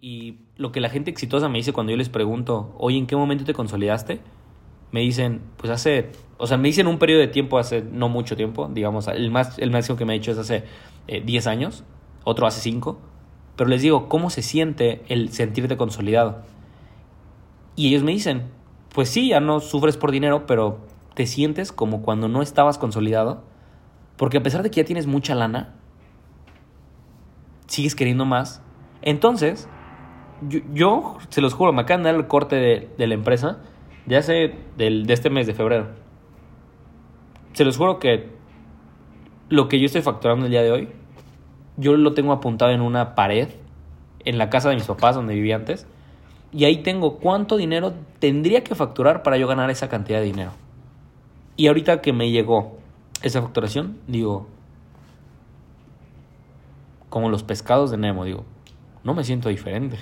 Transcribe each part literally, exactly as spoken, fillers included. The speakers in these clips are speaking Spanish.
Y lo que la gente exitosa me dice cuando yo les pregunto, oye, ¿en qué momento te consolidaste? Me dicen, pues hace, o sea, me dicen un periodo de tiempo hace no mucho tiempo, digamos, el más el máximo que me ha dicho es hace eh, diez años, otro hace cinco, pero les digo, ¿cómo se siente el sentirte consolidado? Y ellos me dicen, pues sí, ya no sufres por dinero, pero te sientes como cuando no estabas consolidado, porque a pesar de que ya tienes mucha lana, sigues queriendo más. Entonces, yo, yo se los juro, me acaban de dar el corte de, de la empresa de hace, del, de este mes de febrero. Se los juro que lo que yo estoy facturando el día de hoy, yo lo tengo apuntado en una pared en la casa de mis papás donde vivía antes, y ahí tengo cuánto dinero tendría que facturar para yo ganar esa cantidad de dinero. Y ahorita que me llegó esa facturación, digo, como los pescados de Nemo, digo, no me siento diferente.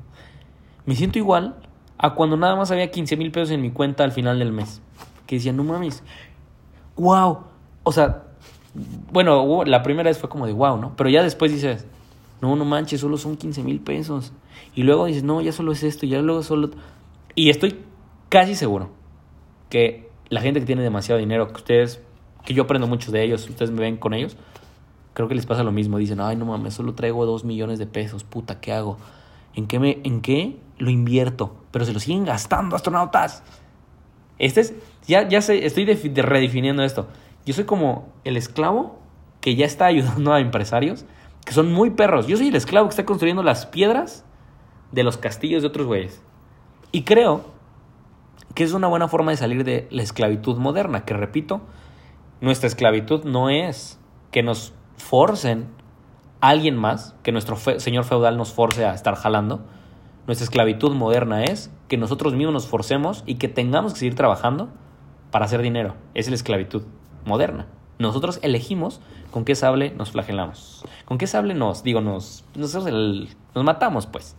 Me siento igual a cuando nada más había quince mil pesos en mi cuenta al final del mes. Que decía, no mames, wow. O sea, bueno, la primera vez fue como de wow, ¿no? Pero ya después dices, no, no manches, solo son quince mil pesos. Y luego dices, no, ya solo es esto, ya luego solo... Y estoy casi seguro que la gente que tiene demasiado dinero, que ustedes, que yo aprendo mucho de ellos, ustedes me ven con ellos, creo que les pasa lo mismo. Dicen, ay, no mames, solo traigo dos millones de pesos, puta, ¿qué hago? ¿En qué, me, ¿En qué lo invierto? Pero se lo siguen gastando, astronautas. Este es, ya, ya sé, estoy de, de redefiniendo esto. Yo soy como el esclavo que ya está ayudando a empresarios que son muy perros. Yo soy el esclavo que está construyendo las piedras de los castillos de otros güeyes. Y creo que es una buena forma de salir de la esclavitud moderna. Que repito, nuestra esclavitud no es que nos forcen a alguien más, que nuestro fe- señor feudal nos force a estar jalando. Nuestra esclavitud moderna es que nosotros mismos nos forcemos y que tengamos que seguir trabajando para hacer dinero. Es la esclavitud moderna. Nosotros elegimos con qué sable nos flagelamos. Con qué sable nos, digo, nos, nosotros el, nos matamos, pues.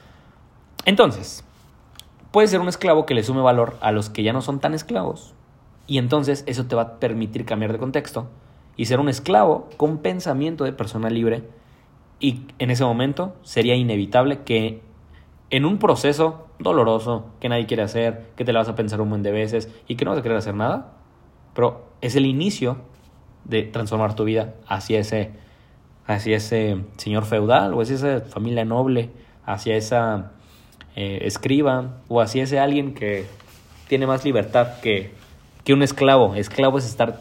Entonces, puedes ser un esclavo que le sume valor a los que ya no son tan esclavos. Y entonces eso te va a permitir cambiar de contexto y ser un esclavo con pensamiento de persona libre. Y en ese momento sería inevitable que en un proceso doloroso que nadie quiere hacer, que te la vas a pensar un buen de veces y que no vas a querer hacer nada, pero es el inicio de transformar tu vida hacia ese, hacia ese señor feudal o hacia esa familia noble, hacia esa eh, escriba o hacia ese alguien que tiene más libertad que, que un esclavo. Esclavo es estar...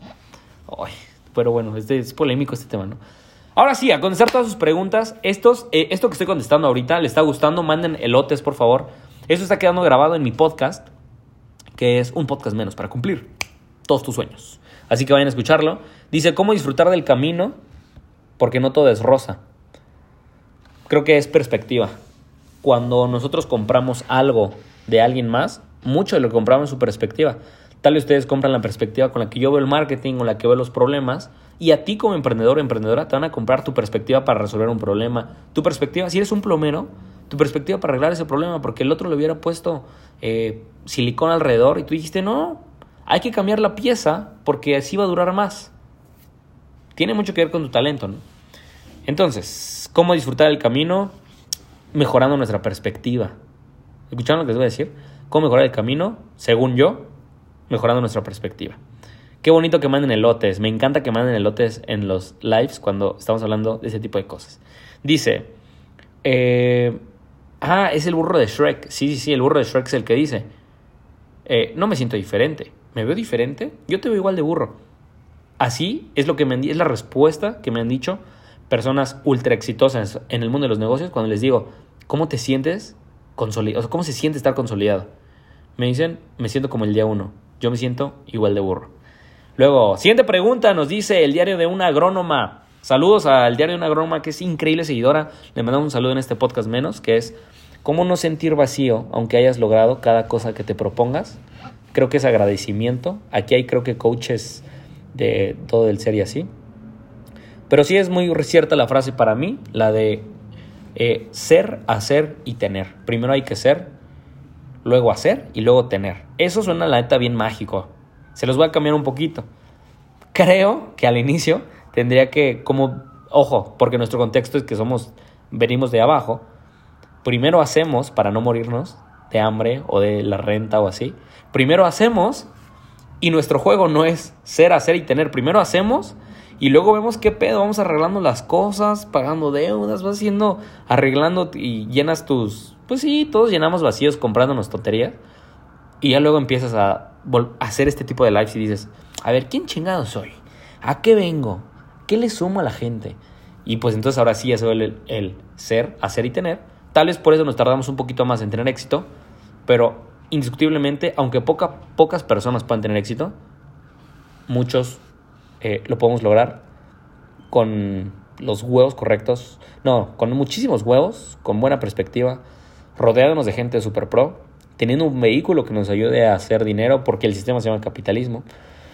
Ay, pero bueno, este, es polémico este tema, ¿no? Ahora sí, a contestar todas sus preguntas. Estos, eh, esto que estoy contestando ahorita, ¿les está gustando? Manden elotes, por favor. Eso está quedando grabado en mi podcast, que es un podcast menos para cumplir todos tus sueños. Así que vayan a escucharlo. Dice, ¿cómo disfrutar del camino? Porque no todo es rosa. Creo que es perspectiva. Cuando nosotros compramos algo de alguien más, mucho de lo que compramos es su perspectiva. Tal vez ustedes compran la perspectiva con la que yo veo el marketing, con la que veo los problemas, y a ti como emprendedor o emprendedora te van a comprar tu perspectiva para resolver un problema. Tu perspectiva, si eres un plomero, tu perspectiva para arreglar ese problema, porque el otro le hubiera puesto eh, silicón alrededor y tú dijiste, no, hay que cambiar la pieza porque así va a durar más. Tiene mucho que ver con tu talento, ¿no? Entonces, ¿cómo disfrutar el camino? Mejorando nuestra perspectiva. ¿Escucharon lo que les voy a decir? ¿Cómo mejorar el camino? Según yo, mejorando nuestra perspectiva. Qué bonito que manden elotes. Me encanta que manden elotes en los lives cuando estamos hablando de ese tipo de cosas. Dice, eh, ah, es el burro de Shrek. Sí, sí, sí, el burro de Shrek es el que dice, eh, no me siento diferente. ¿Me veo diferente? Yo te veo igual de burro. Así es lo que me han, es la respuesta que me han dicho personas ultra exitosas en el mundo de los negocios cuando les digo, ¿cómo te sientes consolidado? O sea, ¿cómo se siente estar consolidado? Me dicen, me siento como el día uno. Yo me siento igual de burro. Luego, siguiente pregunta, nos dice el diario de una agrónoma. Saludos al diario de una agrónoma, que es increíble seguidora. Le mandamos un saludo en este podcast menos, que es ¿cómo no sentir vacío aunque hayas logrado cada cosa que te propongas? Creo que es agradecimiento. Aquí hay creo que coaches de todo el ser y así. Pero sí es muy cierta la frase para mí, la de eh, ser, hacer y tener. Primero hay que ser, luego hacer y luego tener. Eso suena la neta bien mágico. Se los voy a cambiar un poquito. Creo que al inicio tendría que, como, ojo, porque nuestro contexto es que somos, venimos de abajo. primero hacemos para no morirnos de hambre o de la renta o así. Primero hacemos y nuestro juego no es ser, hacer y tener. Primero hacemos y luego vemos qué pedo. Vamos arreglando las cosas, pagando deudas, vas haciendo, arreglando y llenas tus... Pues sí, todos llenamos vacíos comprándonos tonterías. Y ya luego empiezas a, vol- a hacer este tipo de lives y dices, a ver, ¿quién chingado soy? ¿A qué vengo? ¿Qué le sumo a la gente? Y pues entonces ahora sí ya se vuelve el, el ser, hacer y tener. Tal vez por eso nos tardamos un poquito más en tener éxito, pero indiscutiblemente, aunque poca, pocas personas puedan tener éxito, muchos eh, lo podemos lograr con los huevos correctos. No, con muchísimos huevos, con buena perspectiva, rodeándonos de gente super pro, teniendo un vehículo que nos ayude a hacer dinero, porque el sistema se llama capitalismo,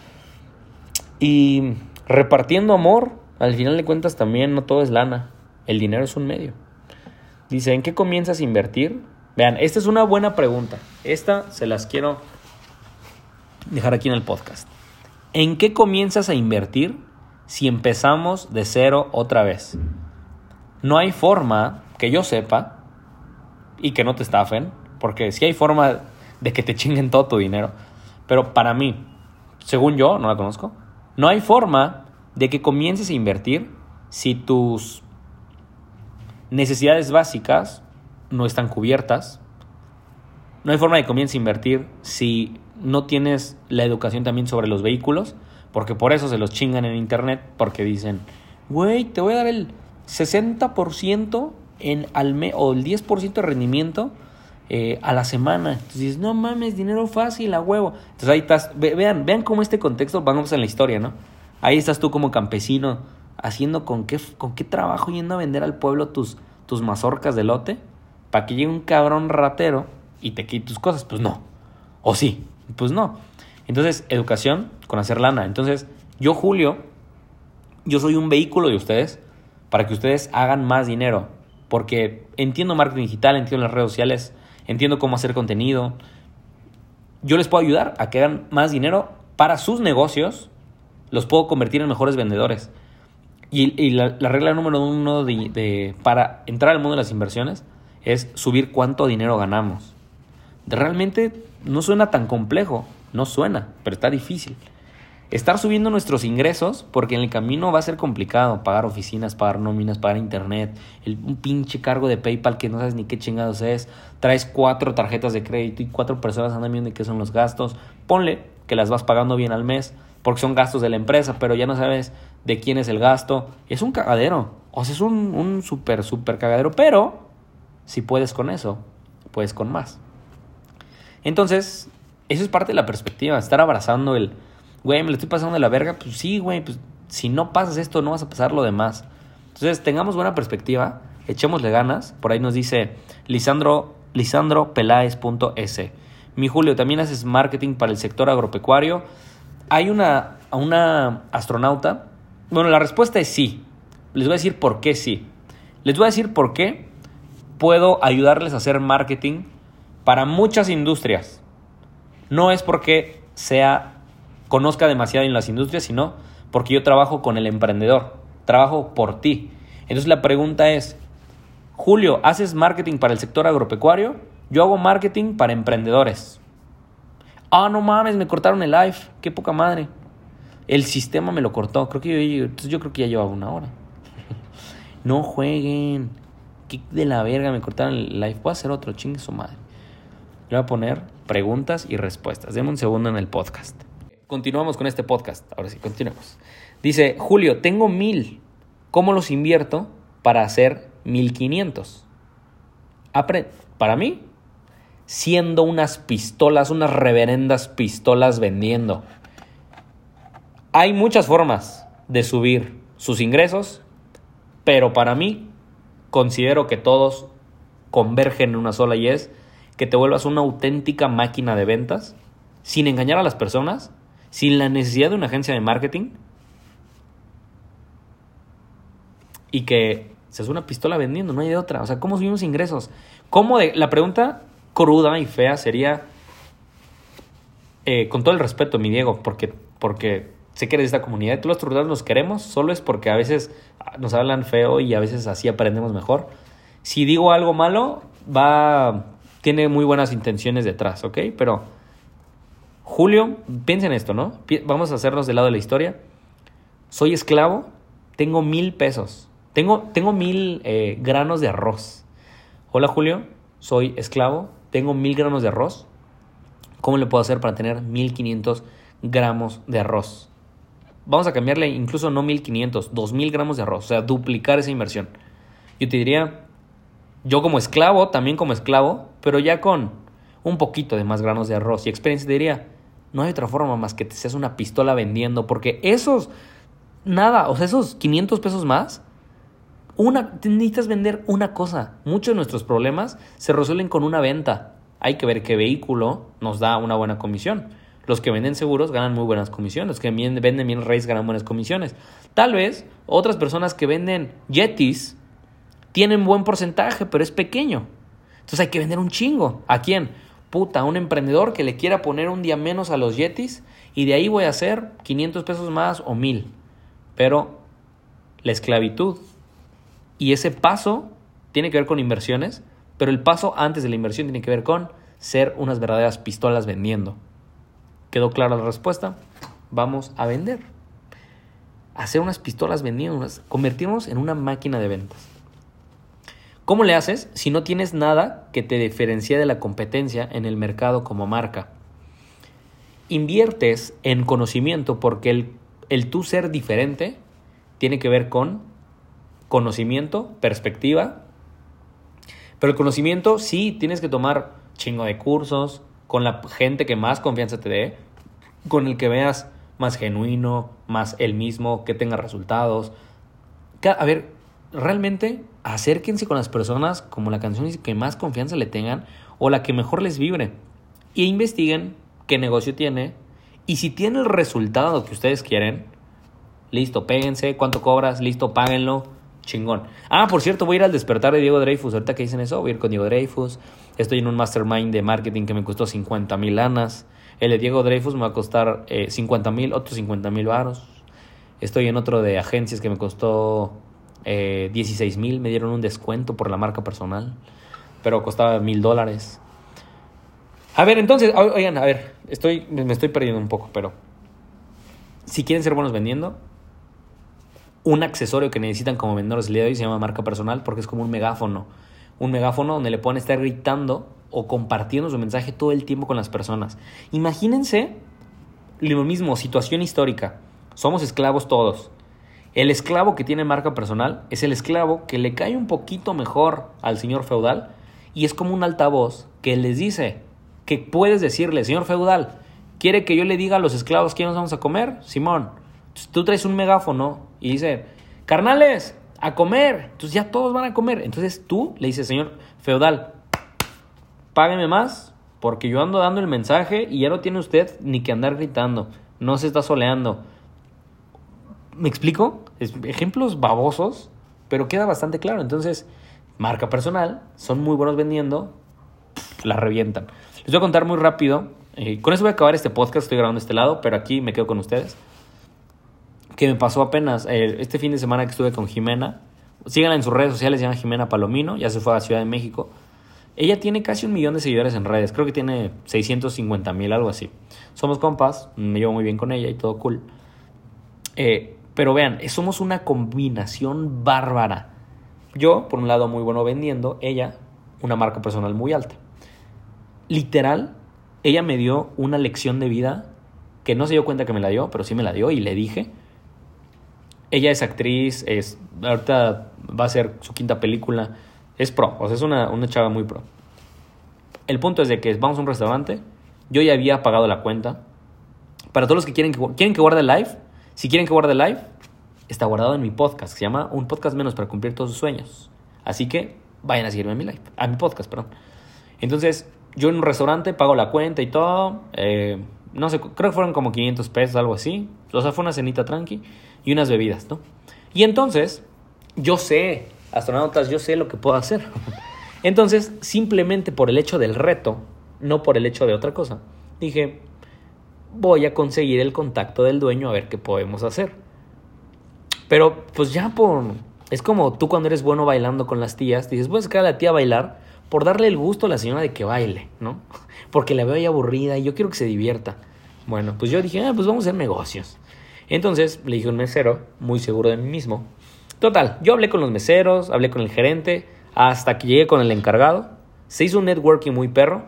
y repartiendo amor. Al final de cuentas también no todo es lana, el dinero es un medio. Dice, ¿en qué comienzas a invertir? Vean, esta es una buena pregunta. Esta se las quiero dejar aquí en el podcast. ¿En qué comienzas a invertir si empezamos de cero otra vez? No hay forma que yo sepa y que no te estafen, porque sí hay forma de que te chinguen todo tu dinero. Pero para mí, según yo, no la conozco, no hay forma de que comiences a invertir si tus necesidades básicas no están cubiertas. No hay forma de que comiences a invertir si no tienes la educación también sobre los vehículos, porque por eso se los chingan en internet, porque dicen, güey, te voy a dar el sesenta por ciento en al mes o el diez por ciento de rendimiento eh, a la semana. Entonces dices, no mames, dinero fácil, a huevo. Entonces ahí estás, ve, vean, vean cómo este contexto, vamos en la historia, ¿no? Ahí estás tú como campesino, haciendo con qué, con qué trabajo, yendo a vender al pueblo tus, tus mazorcas de lote, para que llegue un cabrón ratero y te quite tus cosas. Pues no. O sí, pues no. Entonces, educación con hacer lana. Entonces, yo, Julio, yo soy un vehículo de ustedes para que ustedes hagan más dinero. Porque entiendo marketing digital, entiendo las redes sociales, entiendo cómo hacer contenido. Yo les puedo ayudar a que hagan más dinero para sus negocios. Los puedo convertir en mejores vendedores. Y, y la, la regla número uno de, de, para entrar al mundo de las inversiones es subir cuánto dinero ganamos. Realmente no suena tan complejo. No suena, pero está difícil. Estar subiendo nuestros ingresos, porque en el camino va a ser complicado. Pagar oficinas, pagar nóminas, pagar internet, el, un pinche cargo de PayPal que no sabes ni qué chingados es. Traes cuatro tarjetas de crédito y cuatro personas andan viendo qué son los gastos. Ponle que las vas pagando bien al mes, porque son gastos de la empresa, pero ya no sabes de quién es el gasto. Es un cagadero. O sea, es un, un súper, súper cagadero. Pero si puedes con eso, puedes con más. Entonces, eso es parte de la perspectiva. Estar abrazando el, güey, me lo estoy pasando de la verga. Pues sí, güey, pues si no pasas esto, no vas a pasar lo demás. Entonces, tengamos buena perspectiva. Echémosle ganas. Por ahí nos dice Lisandro, lisandro peláez punto es. Mi Julio, ¿también haces marketing para el sector agropecuario? Hay una, una astronauta. Bueno, la respuesta es sí. Les voy a decir por qué sí. Les voy a decir por qué puedo ayudarles a hacer marketing para muchas industrias. No es porque sea, conozca demasiado en las industrias, sino porque yo trabajo con el emprendedor. Trabajo por ti. Entonces la pregunta es, Julio, ¿haces marketing para el sector agropecuario? Yo hago marketing para emprendedores. Ah, no mames, me cortaron el live. Qué poca madre. El sistema me lo cortó. Creo que yo, entonces yo creo que ya llevaba una hora. No jueguen. Qué de la verga, me cortaron el live. Puedo hacer otro, chingue su madre. Le voy a poner preguntas y respuestas. Deme un segundo en el podcast. Continuamos con este podcast. Ahora sí, continuemos. Dice, Julio, tengo mil. ¿Cómo los invierto para hacer mil quinientos? Apre- para mí, siendo unas pistolas, unas reverendas pistolas vendiendo. Hay muchas formas de subir sus ingresos, pero para mí considero que todos convergen en una sola, y es que te vuelvas una auténtica máquina de ventas sin engañar a las personas, sin la necesidad de una agencia de marketing, y que seas una pistola vendiendo, no hay de otra. O sea, ¿cómo subimos ingresos? ¿Cómo de, la pregunta cruda y fea sería, eh, con todo el respeto, mi Diego, porque, porque sé que eres de esta comunidad y todos los turdados nos queremos, solo es porque a veces nos hablan feo y a veces así aprendemos mejor. Si digo algo malo, va, tiene muy buenas intenciones detrás, ¿ok? Pero Julio, piensa en esto, ¿no? Vamos a hacernos del lado de la historia. Soy esclavo, tengo mil pesos, tengo, tengo mil eh, granos de arroz. Hola Julio, soy esclavo, tengo mil granos de arroz. ¿Cómo le puedo hacer para tener mil quinientos gramos de arroz? Vamos a cambiarle incluso no mil quinientos, dos mil gramos de arroz, o sea, duplicar esa inversión. Yo te diría, yo como esclavo, también como esclavo, pero ya con un poquito de más granos de arroz y experiencia, te diría, no hay otra forma más que te seas una pistola vendiendo, porque esos, nada, o sea, esos quinientos pesos más, una, necesitas vender una cosa. Muchos de nuestros problemas se resuelven con una venta. Hay que ver qué vehículo nos da una buena comisión. Los que venden seguros ganan muy buenas comisiones. Los que venden bien raíz ganan buenas comisiones. Tal vez otras personas que venden Yetis tienen buen porcentaje, pero es pequeño. Entonces hay que vender un chingo. ¿A quién? Puta, a un emprendedor que le quiera poner un día menos a los Yetis y de ahí voy a hacer quinientos pesos más o mil. Pero la esclavitud y ese paso tiene que ver con inversiones, pero el paso antes de la inversión tiene que ver con ser unas verdaderas pistolas vendiendo. ¿Quedó clara la respuesta? Vamos a vender. Hacer unas pistolas vendiendo, unas, convertirnos en una máquina de ventas. ¿Cómo le haces si no tienes nada que te diferencie de la competencia en el mercado como marca? Inviertes en conocimiento porque el, el tú ser diferente tiene que ver con conocimiento, perspectiva. Pero el conocimiento sí tienes que tomar chingo de cursos con la gente que más confianza te dé, con el que veas más genuino, más el mismo, que tenga resultados. A ver, realmente acérquense con las personas como la canción dice que más confianza le tengan o la que mejor les vibre y investiguen qué negocio tiene y si tiene el resultado que ustedes quieren, listo, péguense, cuánto cobras, listo, páguenlo. Chingón. Ah, por cierto, voy a ir al despertar de Diego Dreyfus. Ahorita que dicen eso, voy a ir con Diego Dreyfus. Estoy en un mastermind de marketing que me costó cincuenta mil lanas. El de Diego Dreyfus me va a costar eh, cincuenta mil, otros cincuenta mil varos. Estoy en otro de agencias que me costó eh, dieciséis mil. Me dieron un descuento por la marca personal, pero costaba mil dólares. A ver, entonces, oigan, a ver, estoy, me estoy perdiendo un poco, pero si quieren ser buenos vendiendo, un accesorio que necesitan como vendedores el día de hoy se llama marca personal porque es como un megáfono. Un megáfono donde le pueden estar gritando o compartiendo su mensaje todo el tiempo con las personas. Imagínense lo mismo, situación histórica. Somos esclavos todos. El esclavo que tiene marca personal es el esclavo que le cae un poquito mejor al señor feudal y es como un altavoz que les dice, que puedes decirle, señor feudal, ¿quiere que yo le diga a los esclavos qué nos vamos a comer? Simón. Entonces, tú traes un megáfono y dice, carnales, a comer. Entonces ya todos van a comer. Entonces tú le dices, señor feudal, págueme más porque yo ando dando el mensaje y ya no tiene usted ni que andar gritando. No se está soleando. ¿Me explico? Es, ejemplos babosos, pero queda bastante claro. Entonces, marca personal, son muy buenos vendiendo, pff, la revientan. Les voy a contar muy rápido. Eh, con eso voy a acabar este podcast. Estoy grabando este lado, pero aquí me quedo con ustedes. Que me pasó apenas eh, este fin de semana que estuve con Jimena. Síganla en sus redes sociales, se llama Jimena Palomino, ya se fue a Ciudad de México. Ella tiene casi un millón de seguidores en redes, creo que tiene seiscientos cincuenta mil, algo así. Somos compas, me llevo muy bien con ella y todo cool. Eh, pero vean, somos una combinación bárbara. Yo, por un lado, muy bueno vendiendo, ella, una marca personal muy alta. Literal, ella me dio una lección de vida que no se dio cuenta que me la dio, pero sí me la dio y le dije. Ella es actriz, es, ahorita va a ser su quinta película, es pro, o sea, es una, una chava muy pro. El punto es de que vamos a un restaurante, yo ya había pagado la cuenta. Para todos los que quieren que, quieren que guarde el live, si quieren que guarde el live, está guardado en mi podcast, que se llama Un Podcast Menos para Cumplir Todos Sus Sueños. Así que vayan a seguirme a mi live, a mi podcast, perdón. Entonces, yo en un restaurante pago la cuenta y todo, eh, no sé, creo que fueron como quinientos pesos, algo así. O sea, fue una cenita tranqui y unas bebidas, ¿no? Y entonces, yo sé, astronautas, yo sé lo que puedo hacer. Entonces, simplemente por el hecho del reto, no por el hecho de otra cosa, dije, voy a conseguir el contacto del dueño a ver qué podemos hacer. Pero, pues ya por... Es como tú cuando eres bueno bailando con las tías, dices, voy a sacar a la tía a bailar por darle el gusto a la señora de que baile, ¿no? Porque la veo ahí aburrida y yo quiero que se divierta. Bueno, pues yo dije, ah, pues vamos a hacer negocios. Entonces le dije a un mesero, muy seguro de mí mismo. Total, yo hablé con los meseros, hablé con el gerente, hasta que llegué con el encargado. Se hizo un networking muy perro.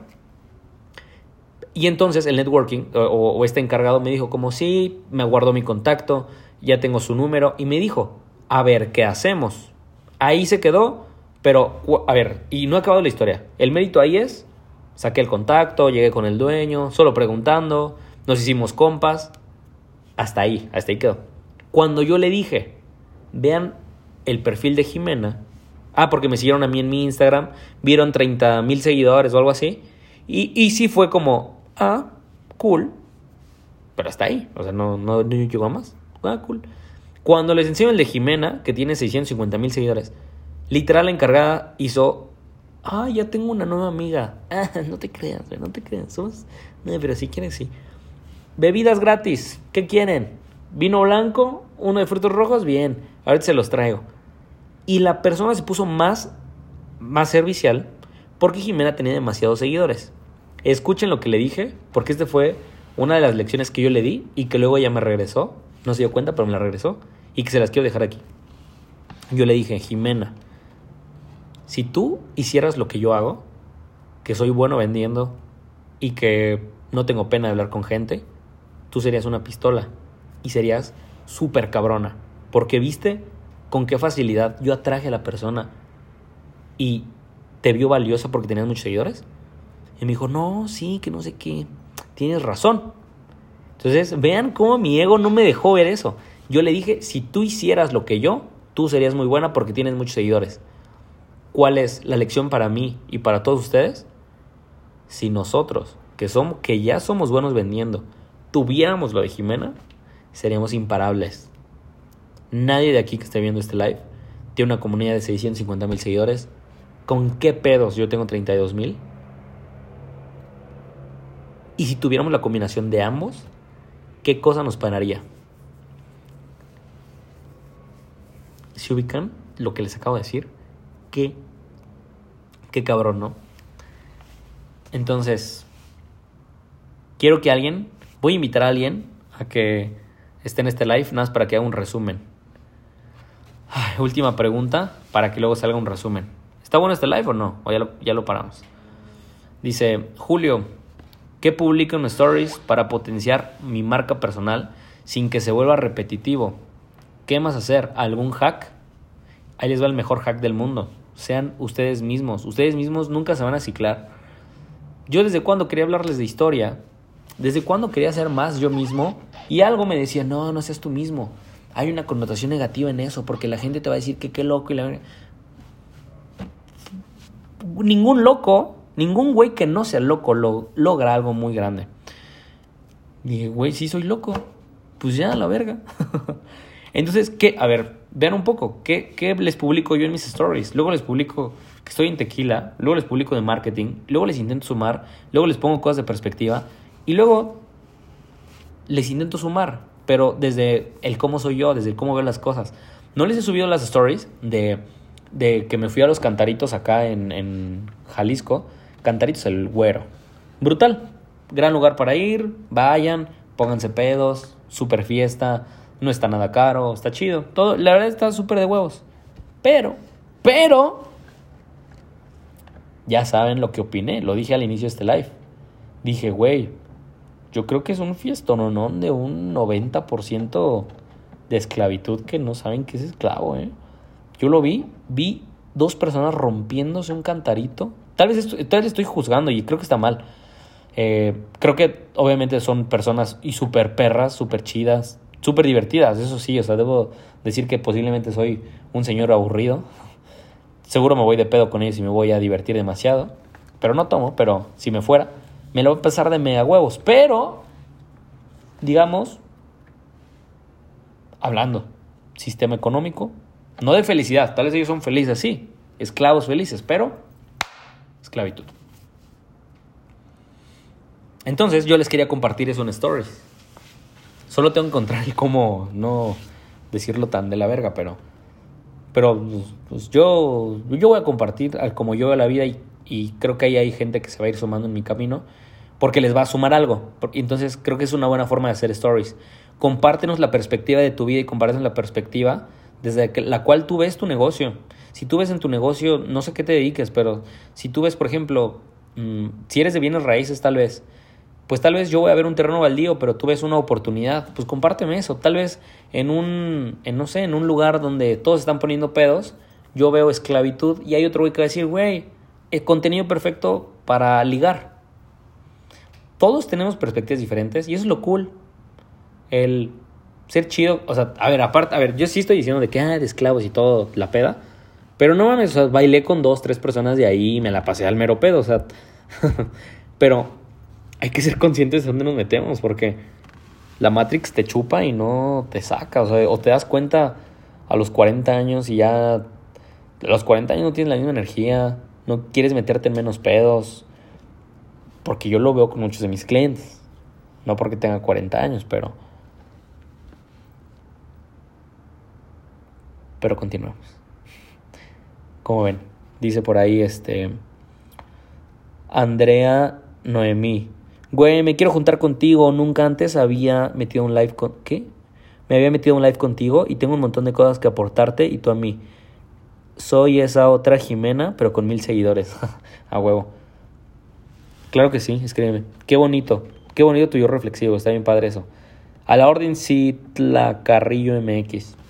Y entonces el networking, o, o este encargado me dijo como, sí, me guardó mi contacto, ya tengo su número. Y me dijo, a ver, ¿qué hacemos? Ahí se quedó, pero, a ver, y no ha acabado la historia. El mérito ahí es, saqué el contacto, llegué con el dueño, solo preguntando, nos hicimos compas. Hasta ahí, hasta ahí quedó. Cuando yo le dije, vean el perfil de Jimena. Ah, porque me siguieron a mí en mi Instagram, vieron treinta mil seguidores o algo así. Y, y sí fue como, ah, cool. Pero hasta ahí, o sea, no, no, no llegó a más. Ah, cool. Cuando les enseño el de Jimena, que tiene seiscientos cincuenta mil seguidores, literal la encargada hizo, ah, ya tengo una nueva amiga. Ah, no te creas, güey, no te creas. Somos... No, pero si quieren, sí. Bebidas gratis, ¿qué quieren? Vino blanco, uno de frutos rojos, bien, ahorita se los traigo. Y la persona se puso más, más servicial porque Jimena tenía demasiados seguidores. Escuchen lo que le dije, porque este fue una de las lecciones que yo le di y que luego ella me regresó. No se dio cuenta, pero me la regresó. Y que se las quiero dejar aquí. Yo le dije, Jimena, si tú hicieras lo que yo hago, que soy bueno vendiendo y que no tengo pena de hablar con gente, tú serías una pistola y serías súper cabrona. Porque viste con qué facilidad yo atraje a la persona y te vio valiosa porque tenías muchos seguidores. Y me dijo, no, sí, que no sé qué. Tienes razón. Entonces, vean cómo mi ego no me dejó ver eso. Yo le dije, si tú hicieras lo que yo, tú serías muy buena porque tienes muchos seguidores. ¿Cuál es la lección para mí y para todos ustedes? Si nosotros, que, somos, que ya somos buenos vendiendo, tuviéramos lo de Jimena, seríamos imparables. Nadie de aquí que esté viendo este live tiene una comunidad de seiscientos cincuenta mil seguidores. ¿Con qué pedos yo tengo treinta y dos mil? Y si tuviéramos la combinación de ambos, ¿qué cosa nos pararía? ¿Se ubican lo que les acabo de decir? ¿Qué? Qué cabrón, ¿no? Entonces, quiero que alguien, voy a invitar a alguien a que esté en este live, nada más para que haga un resumen. Ay, última pregunta, para que luego salga un resumen. ¿Está bueno este live o no? O ya lo, ya lo paramos. Dice, Julio, ¿qué publico en stories para potenciar mi marca personal sin que se vuelva repetitivo? ¿Qué más hacer? ¿Algún hack? Ahí les va el mejor hack del mundo. Sean ustedes mismos. Ustedes mismos nunca se van a ciclar. Yo desde cuando quería hablarles de historia, desde cuando quería ser más yo mismo, y algo me decía, no, no seas tú mismo. Hay una connotación negativa en eso, porque la gente te va a decir que qué loco. Y la... Ningún loco, ningún güey que no sea loco lo, logra algo muy grande. Y dije, güey, sí soy loco. Pues ya, la verga. Entonces, ¿qué? A ver, vean un poco. ¿Qué, ¿Qué les publico yo en mis stories? Luego les publico que estoy en tequila. Luego les publico de marketing. Luego les intento sumar. Luego les pongo cosas de perspectiva. Y luego les intento sumar. Pero desde el cómo soy yo, desde el cómo veo las cosas. No les he subido las stories de, de que me fui a los Cantaritos acá en, en Jalisco. Cantaritos el Güero. Brutal. Gran lugar para ir. Vayan, pónganse pedos. Super fiesta. No está nada caro. Está chido. Todo, la verdad está súper de huevos. Pero, pero... Ya saben lo que opiné. Lo dije al inicio de este live. Dije, güey, yo creo que es un fiestononón de un noventa por ciento de esclavitud que no saben qué es esclavo, ¿eh? Yo lo vi. Vi dos personas rompiéndose un cantarito. Tal vez estoy, tal vez estoy juzgando y creo que está mal. Eh, creo que obviamente son personas y súper perras, súper chidas, súper divertidas. Eso sí, o sea, debo decir que posiblemente soy un señor aburrido. Seguro me voy de pedo con ellos y me voy a divertir demasiado. Pero no tomo, pero si me fuera, me lo voy a pasar de mega huevos. Pero, digamos, hablando, sistema económico, no de felicidad. Tal vez ellos son felices, sí, esclavos felices, pero esclavitud. Entonces yo les quería compartir eso en stories. Solo tengo que encontrar el cómo no decirlo tan de la verga, pero... Pero pues, yo, yo voy a compartir al como yo veo la vida y, y creo que ahí hay gente que se va a ir sumando en mi camino porque les va a sumar algo. Entonces creo que es una buena forma de hacer stories. Compártenos la perspectiva de tu vida y compártenos la perspectiva desde la cual tú ves tu negocio. Si tú ves en tu negocio, no sé qué te dediques, pero si tú ves, por ejemplo, mmm, si eres de bienes raíces tal vez, pues tal vez yo voy a ver un terreno baldío, pero tú ves una oportunidad, pues compárteme eso. Tal vez en un, en, no sé, en un lugar donde todos están poniendo pedos, yo veo esclavitud y hay otro güey que va a decir, güey, el contenido perfecto para ligar. Todos tenemos perspectivas diferentes y eso es lo cool. El ser chido, o sea, a ver, aparte, a ver, yo sí estoy diciendo de que, ah, de esclavos y todo, la peda, pero no mames, o sea, bailé con dos, tres personas de ahí y me la pasé al mero pedo, o sea, pero hay que ser conscientes de dónde nos metemos, porque la Matrix te chupa y no te saca, o sea, o te das cuenta a los cuarenta años y ya, a los cuarenta años no tienes la misma energía, no quieres meterte en menos pedos, porque yo lo veo con muchos de mis clientes, no porque tenga cuarenta años, pero... Pero continuamos. Como ven, dice por ahí este Andrea Noemí. Güey, me quiero juntar contigo. Nunca antes había metido un live con... ¿Qué? Me había metido un live contigo y tengo un montón de cosas que aportarte y tú a mí. Soy esa otra Jimena, pero con mil seguidores. A huevo. Claro que sí, escríbeme. Qué bonito. Qué bonito tu yo reflexivo. Está bien padre eso. A la orden Citla Carrillo M X.